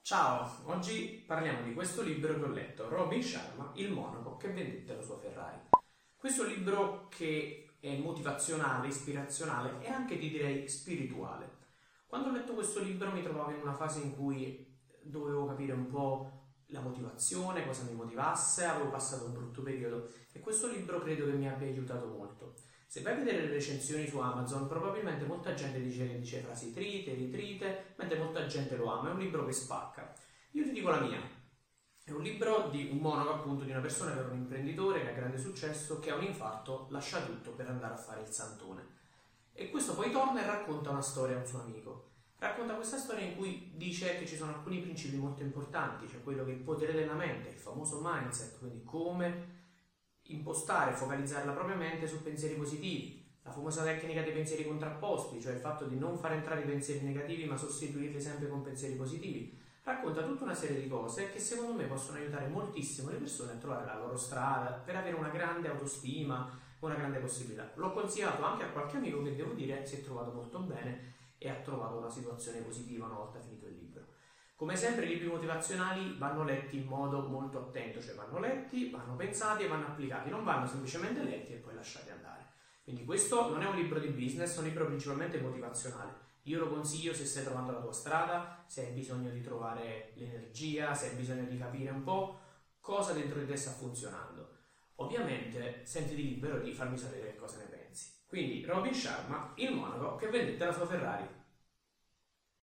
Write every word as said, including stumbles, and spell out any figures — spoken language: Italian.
Ciao, oggi parliamo di questo libro che ho letto, Robin Sharma, Il monaco che vendette la sua Ferrari. Questo libro che è motivazionale, ispirazionale e anche ti direi spirituale. Quando ho letto questo libro mi trovavo in una fase in cui dovevo capire un po' la motivazione, cosa mi motivasse, avevo passato un brutto periodo e questo libro credo che mi abbia aiutato molto. Se vai a vedere le recensioni su Amazon, probabilmente molta gente dice che dice frasi trite, ritrite, mentre molta gente lo ama. È un libro che spacca. Io ti dico la mia. È un libro di un monaco, appunto, di una persona che era un imprenditore, che ha grande successo, che ha un infarto, lascia tutto per andare a fare il santone. E questo poi torna e racconta una storia a un suo amico. Racconta questa storia in cui dice che ci sono alcuni principi molto importanti, cioè quello che è il potere della mente, il famoso mindset, quindi come impostare, focalizzare la propria mente su pensieri positivi, la famosa tecnica dei pensieri contrapposti, cioè il fatto di non far entrare i pensieri negativi ma sostituirli sempre con pensieri positivi. Racconta tutta una serie di cose che secondo me possono aiutare moltissimo le persone a trovare la loro strada per avere una grande autostima, una grande possibilità. L'ho consigliato anche a qualche amico che devo dire si è trovato molto bene e ha trovato una situazione positiva una volta finito il libro. Come sempre i libri motivazionali vanno letti in modo molto attento, cioè vanno letti, vanno pensati e vanno applicati, non vanno semplicemente letti e poi lasciati andare. Quindi questo non è un libro di business, è un libro principalmente motivazionale. Io lo consiglio se stai trovando la tua strada, se hai bisogno di trovare l'energia, se hai bisogno di capire un po' cosa dentro di te sta funzionando. Ovviamente sentiti libero di farmi sapere cosa ne pensi. Quindi Robin Sharma, il monaco che vendette la sua Ferrari.